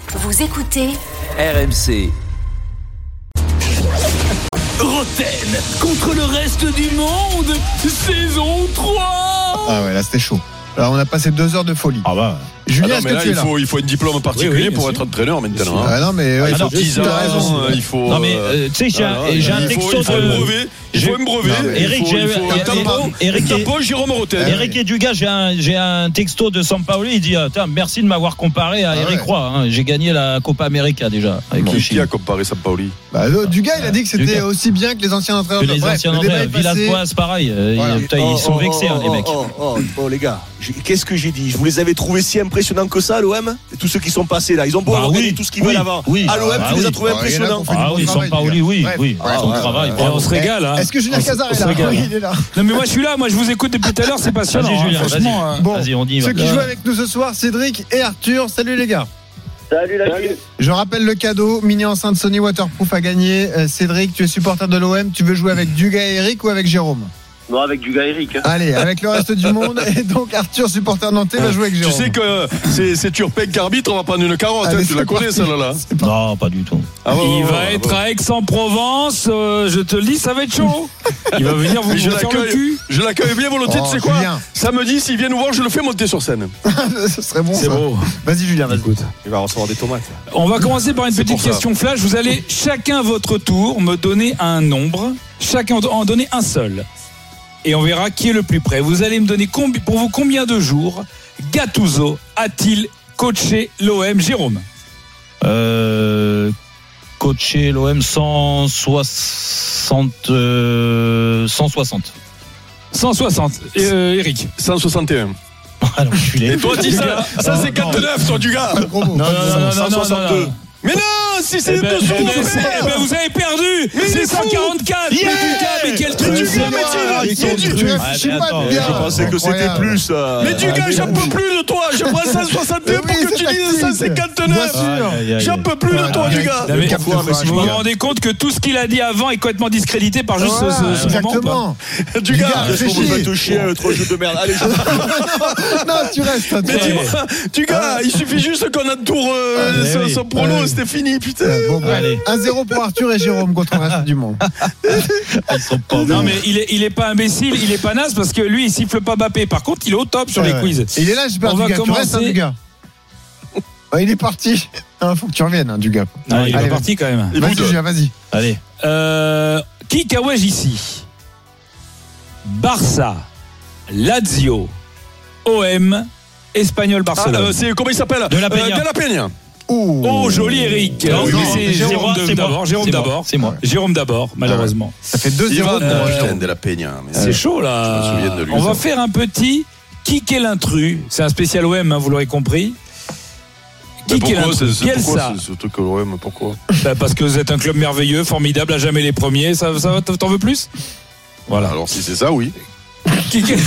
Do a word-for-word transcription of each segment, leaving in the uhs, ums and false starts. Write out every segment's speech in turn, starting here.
Vous écoutez R M C. Roten contre le reste du monde, saison trois. Ah ouais, là c'était chaud. Alors on a passé deux heures de folie. Ah bah. Julien, ah non, est-ce mais que là, tu es il là faut, il faut un diplôme particulier oui, oui, pour sûr. être entraîneur maintenant. Hein. Ah non, mais ouais, il faut alors, dix tu as raison. ans, il faut. Non mais euh, tu sais j'ai un, alors, j'ai un il texto faut, il faut de un brevet. Il faut un brevet. Non, mais Eric, il faut, j'ai- il faut un Eric- tampon. Eric- Un tampon, Jérôme Roten. Eric et Dugas, j'ai un, j'ai un texto de Sampaoli, il dit attends, merci de m'avoir comparé à Ah Eric ouais. Roy, hein. J'ai gagné la Copa América déjà avec le Qui Chili. a comparé Sampaoli? Bah, euh, Dugas, il a dit que c'était Dugas. aussi bien que les anciens entraîneurs. Que les Bref, anciens le débat entraîneurs, est passé. Villas-Boas, pareil, euh, Voilà. ils, putain, ils Oh, sont oh, vexés hein, oh, les mecs. Oh, oh, oh, oh, les gars, j'ai- qu'est-ce que j'ai dit? Je vous les avais trouvés si impressionnants que ça, l'O M. Tous ceux qui sont passés là, ils ont beau Bah avoir gagné oui, tout ce qu'ils oui, veulent avant. oui. À l'O M, Ah tu les as oui. trouvés Bon, il y en a impressionnants. qui ont fait du Ah bon oui, travail, Sampaoli, Dugas. oui, Bref. oui, Ouais, son ouais, travail. ouais, bravo. on se régale. Hein. Est-ce que Julien On se- Cazard on est se là? régale. Oui, il est là. Non mais moi je suis là, moi je vous écoute depuis tout à l'heure, c'est passionnant. Vas-y hein, Julien, franchement. vas-y. euh, Bon, Vas-y, on y va. ceux qui jouent avec nous ce soir, Cédric et Arthur. Salut les gars. Salut la team. Je rappelle le cadeau, mini enceinte Sony Waterproof à gagner. Euh, Cédric, tu es supporter de l'O M, tu veux jouer avec Dugas et Eric ou avec Jérôme? Non, avec du gars Eric. Allez, avec le reste du monde. Et donc Arthur, supporter nantais, va jouer avec Tu Jérôme. sais que c'est, c'est Turpin qui arbitre, on va prendre une carotte. Allez, hein, tu c'est la connais parti. celle-là? Non, pas du tout. Ah ouais, Il ouais, va ouais, être ouais. à Aix-en-Provence, euh, je te le dis, ça va être chaud. Il va venir vous, Mais je vous faire le l'accueille, cul. je l'accueille bien volontiers, Oh, tu sais quoi? Julien. Samedi, s'il vient nous voir, je le fais monter sur scène. Ce serait bon C'est ça. beau. Vas-y Julien, vas-y. Écoute. Il va recevoir des tomates. On va commencer par une C'est petite pour ça. question flash. Vous allez chacun à votre tour me donner un nombre. Chacun en donner un seul. Et on verra qui est le plus près. Vous allez me donner combi- pour vous combien de jours Gattuso a-t-il coaché l'O M, Jérôme? Euh, coaché l'O M cent soixante, euh, cent soixante. cent soixante. Et, euh, Eric? cent soixante et un. Ah non, je suis Et toi, dis ça, ça c'est Non, non. quatre-neuf, toi, du gars. Pas de gros mots, Non, pas de non, gros non, mots. non, non, cent soixante-deux. non. Mais non, si c'est Eh ben, deux sous, eh ben, c'est- eh ben, vous avez perdu. Mais il C'est est fou. cent quarante-quatre. Yeah. Mais Dugas, mais quel truc. Du C'est gars, moi, mais ils tu- sont mais tu- tu Ah, réfléchis mais pas attends, bien. Je pensais que c'était Incroyable. plus. euh, Mais du gars, j'en peux plus de toi. Je prends cent soixante et un Mais pour oui, que c'est tu dises tactique. cent cinquante-neuf. Bien sûr. Aïe, aïe, aïe. J'en peux plus de toi, du gars. Non, mais Quatre fois, vous vous rendez compte que tout ce qu'il a dit avant est complètement discrédité par juste Voilà, ce, ce, ce moment ou pas? exactement. Du Du gars, gars, Qu'est-ce qu'on vous réfléchis. fait te chier, euh, trop jeu de merde. Allez, je Non, tu restes. mais toi. dis-moi, du gars, il suffit juste qu'on entoure euh, Ah, mais son, oui. son prono, Ah, oui. c'était fini, putain. Bon, bon. Allez. un zéro pour Arthur et Jérôme contre le reste du monde. Ils sont pas Non bons. mais il est, il est pas imbécile, il est pas naze parce que lui il siffle pas Mbappé. Par contre il est au top sur les Ouais. quiz. Il est là, j'espère, On va du gars. Tu restes, hein, commencer. du gars. Ouais, il est parti. Il faut que tu reviennes, hein, du gars. Non, il est Allez, pas parti quand même. Et Vas-y, vous deux. Julien, vas-y. Allez. Euh, qui Kawaj ici? Barça, Lazio, O M, Espagnol Ah, Barcelone. euh, c'est, comment il s'appelle? De la Peña. Euh, de la Peña. Oh, Oh joli Eric. Non, Oui, non, mais c'est Jérôme, Jérôme c'est moi. d'abord. Jérôme C'est moi. d'abord. C'est moi. Jérôme d'abord malheureusement. Ça fait deux zéro. Ivan, Euh, putain, de la Peña. Mais C'est chaud Je là. me souviens de lui, On va ça. faire un petit qui est l'intrus. C'est un spécial O M, hein, vous l'aurez compris. Mais Qui est pourquoi, c'est, l'intrus? c'est, pourquoi Bielsa. c'est ce truc au O M, pourquoi? Bah, parce que vous êtes un club merveilleux, formidable, à jamais les premiers. Ça, ça va, t'en veux plus? Voilà. Alors, si c'est ça, oui. Qui- qui-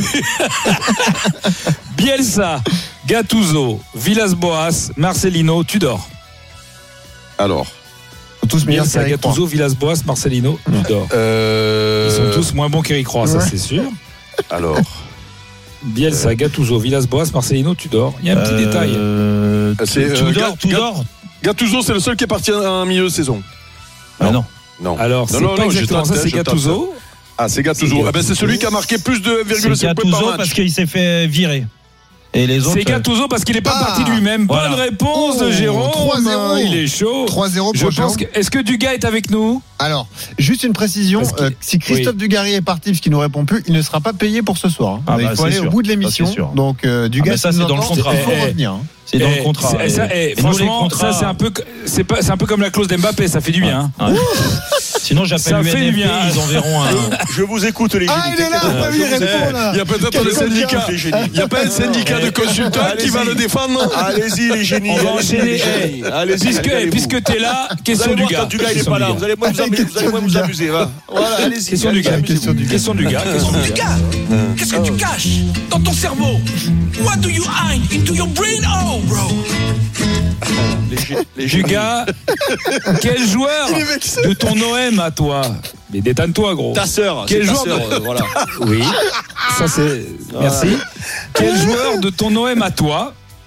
Bielsa, Gattuso, Villas-Boas, Marcelino, Tudor. Alors. Faut tous meilleurs Bielsa, qu'Eric Roy. Gattuso, Villas-Boas, Marcelino, Tudor. Euh... Ils sont tous moins bons qu'Eric Roy, ça Ouais. c'est sûr. Alors. Bielsa, Gattuso, Villas-Boas, Marcelino, Tudor. Il y a un petit Euh, détail. C'est, euh, Tudor, Gat- Tudor. Gattuso, c'est le seul qui est parti en milieu de saison. Ah non. Non. Alors, non, c'est non, pas non, je exactement tente, ça, hein, c'est je tente. Gattuso. Ah, c'est Gattuso. C'est Ah ben, c'est celui qui a marqué plus de un virgule C'est cinq points par Gattuso match. parce qu'il s'est fait virer. Et les autres. C'est Gattuso parce qu'il n'est pas Ah, parti de lui-même. voilà. Bonne réponse Oh, de Jérôme. trois zéro. Il est chaud. trois zéro Je pour pense Jérôme. que. Est-ce que Dugas est avec nous? Alors, juste une précision. Parce qu'il- euh, si Christophe oui. Dugarry est parti, parce qu'il ne répond plus, il ne sera pas payé pour ce soir. hein. Ah il bah, faut c'est aller sûr. au bout de Ça, l'émission. c'est sûr. Donc, euh, Dugas, Ah, mais ça, si c'est nous dans le entend, contrat. il faut Eh, eh, revenir. hein. C'est dans Eh, le contrat. c'est- ça, eh, Et nous, les franchement, contrats- ça c'est un peu, c'est pas, c'est un peu comme la clause d'Mbappé, ça fait du bien. hein. Ouais. Sinon, Ça j'appelle fait du l'U N F P, bien. ils enverront un. Je vous écoute, les génies. Ah, il est là, t'inquiète t'as pas. vu, il Je vous répond ai- là. Il y a peut-être Quel le syndicat. coquin. Les génies. Il n'y a pas un syndicat de consultants qui va Allez-y. le défendre. Allez-y, les génies. On va allez-y, enchaîner. les génies. Allez-y, Puisque, régalez-vous. puisque t'es là, Vous question allez du voir gars. quand du gars il est Question pas là, du vous gars. allez moins vous amuser, vous allez moins vous amuser, va. Voilà, allez-y. Question du gars. allez-y, Question du Question du gars. Question du gars. Qu'est-ce que tu caches dans ton cerveau? What do you hide into your brain? Oh, bro. Les gé- les génies. Dugas, quel joueur de ton O M à toi? Mais détane-toi, gros. Ta sœur, Quel c'est ta joueur sœur, de- euh, voilà. Oui. Ça c'est. Merci. Quel joueur de ton O M à toi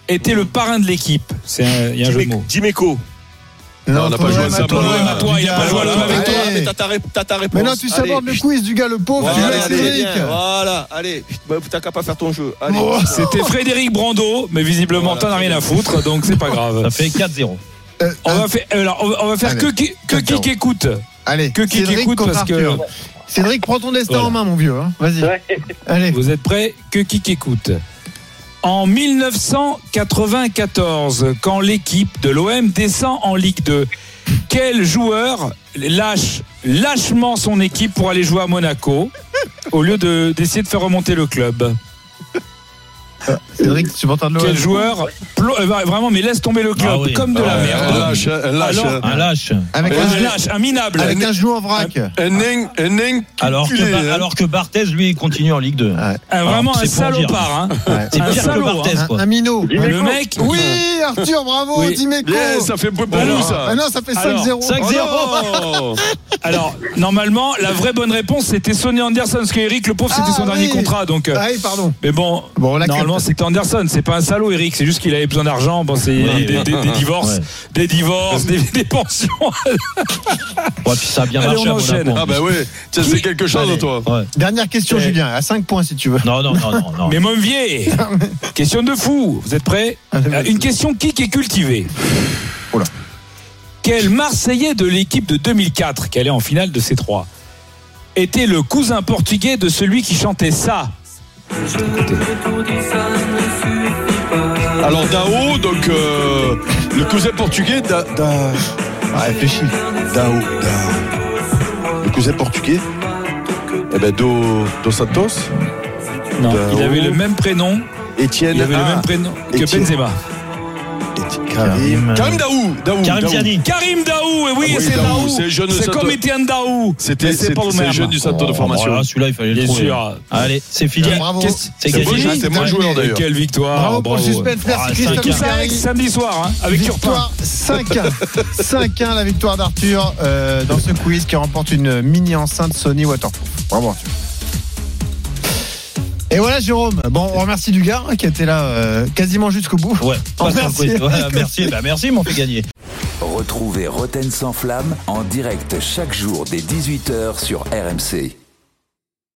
était le parrain de l'équipe. C'est un- il y a un jeu de mots. Dimeco. Non, on n'a pas joué à ça, toi, Bruno. l'O M à toi, il a pas joué à l'O M avec toi. Allez. Mais t'as ta, ré- t'as ta réponse. Mais non, tu sabordes le quiz du gars, le pauvre. Tu Voilà, joues avec allez, Cédric. viens, voilà, allez. Bah, T'as qu'à pas faire ton jeu. Allez. Oh. C'était Frédéric Brando, mais visiblement Voilà, t'en as rien à foutre, donc c'est pas grave. Ça fait quatre zéro. Euh, On euh, va faire, alors, on va- on va faire Allez. que qui, que qui qui écoute. Allez, Que qui Cédric écoute contre parce que Arthur. Cédric, prends ton destin Voilà. en main, mon vieux. hein. Vas-y. Allez. Vous êtes prêts? Que qui qui écoute. En mille neuf cent quatre-vingt-quatorze, quand l'équipe de l'O M descend en Ligue deux, quel joueur lâche lâchement son équipe pour aller jouer à Monaco au lieu de, d'essayer de faire remonter le club? Cédric, supporter de l'O M. Quel joueur plo- euh, vraiment, mais laisse tomber le club Ah oui. comme de la Ouais, merde. Un lâche, un lâche. Alors, Un lâche. Avec Un un, genou- lâche, un minable. avec un genou en vrac. Un nain, un nain. Alors que, culé, Ba- hein. alors que Barthez, lui, continue en Ligue deux. Ouais. Un- vraiment Ah, un c'est pour dire. salopard. Hein. Ouais. C'est Un pire salaud, que Barthez, Un, quoi. un minot. Le mec. Oui, Arthur, bravo, Oui. Dimeco. Bien, ça fait pour pour nous, ça. Ah non, ça fait Alors, cinq zéro. cinq zéro. Oh, Alors, normalement, la vraie bonne réponse, c'était Sonny Anderson, parce qu'Eric, le pauvre, c'était Ah son dernier oui. contrat. Donc, euh, Ah oui, pardon. mais bon, Bon, on l'accepte. normalement, c'était Anderson. C'est pas un salaud, Eric. C'est juste qu'il avait besoin d'argent. Bon, c'est Ouais. des, des- des divorces, Ouais. des divorces, des, des pensions. Ouais, puis ça a bien Allez, marché on à enchaîne. Monaco. Ah bah oui, tiens, c'est quelque chose, Allez. toi. Ouais. Dernière question, Eh. Julien, à cinq points si tu veux. Non, non, non, non. non. Mais mon vieux, question de fou. Vous êtes prêts? Euh, Une question qui est cultivée. Oula. Quel Marseillais de l'équipe de deux mille quatre, qui allait en finale de C trois, était le cousin portugais de celui qui chantait ça? Écoutez. Alors Dao, donc euh, le cousin portugais da, da, Ah, réfléchis. Dao, Dao. Le cousin portugais Eh ben Do, Dos Santos, Non, Dao. il avait le même prénom. Étienne, Il avait le ah, même prénom que Étienne. Benzema. Étienne- Karim, Karim Daou, Daou, Karim Daou. Ziani. Karim Daou, et oui, Ah oui, c'est Daou, Daou. c'est jeune de C'est Santo- comme Étienne Daou. C'était Mais c'est c'est pas le c'est même. jeune du centre de Oh, formation. voilà, celui-là, il fallait le Bien trouver. sûr. Allez, c'est fini. Bien, bravo. Qu'est-ce- C'est C'est moi, gagné. c'est moi joueur d'ailleurs. Quelle victoire. Bravo pour le bravo. suspense. Merci Ah, Christophe cinq Tout ça Ferry. avec samedi soir, hein, avec Turpin. Victoire cinq un. cinq un la victoire d'Arthur euh, dans ce quiz qui remporte une mini enceinte Sony Waterproof. Bravo Arthur. Et voilà Jérôme. Bon, on remercie du gars qui était là euh, quasiment jusqu'au bout. Ouais, Oh, pas merci. surprise. Ouais, merci. Bah, merci, ils m'ont fait gagner. Retrouvez Roten sans flamme en direct chaque jour dès dix-huit heures sur R M C.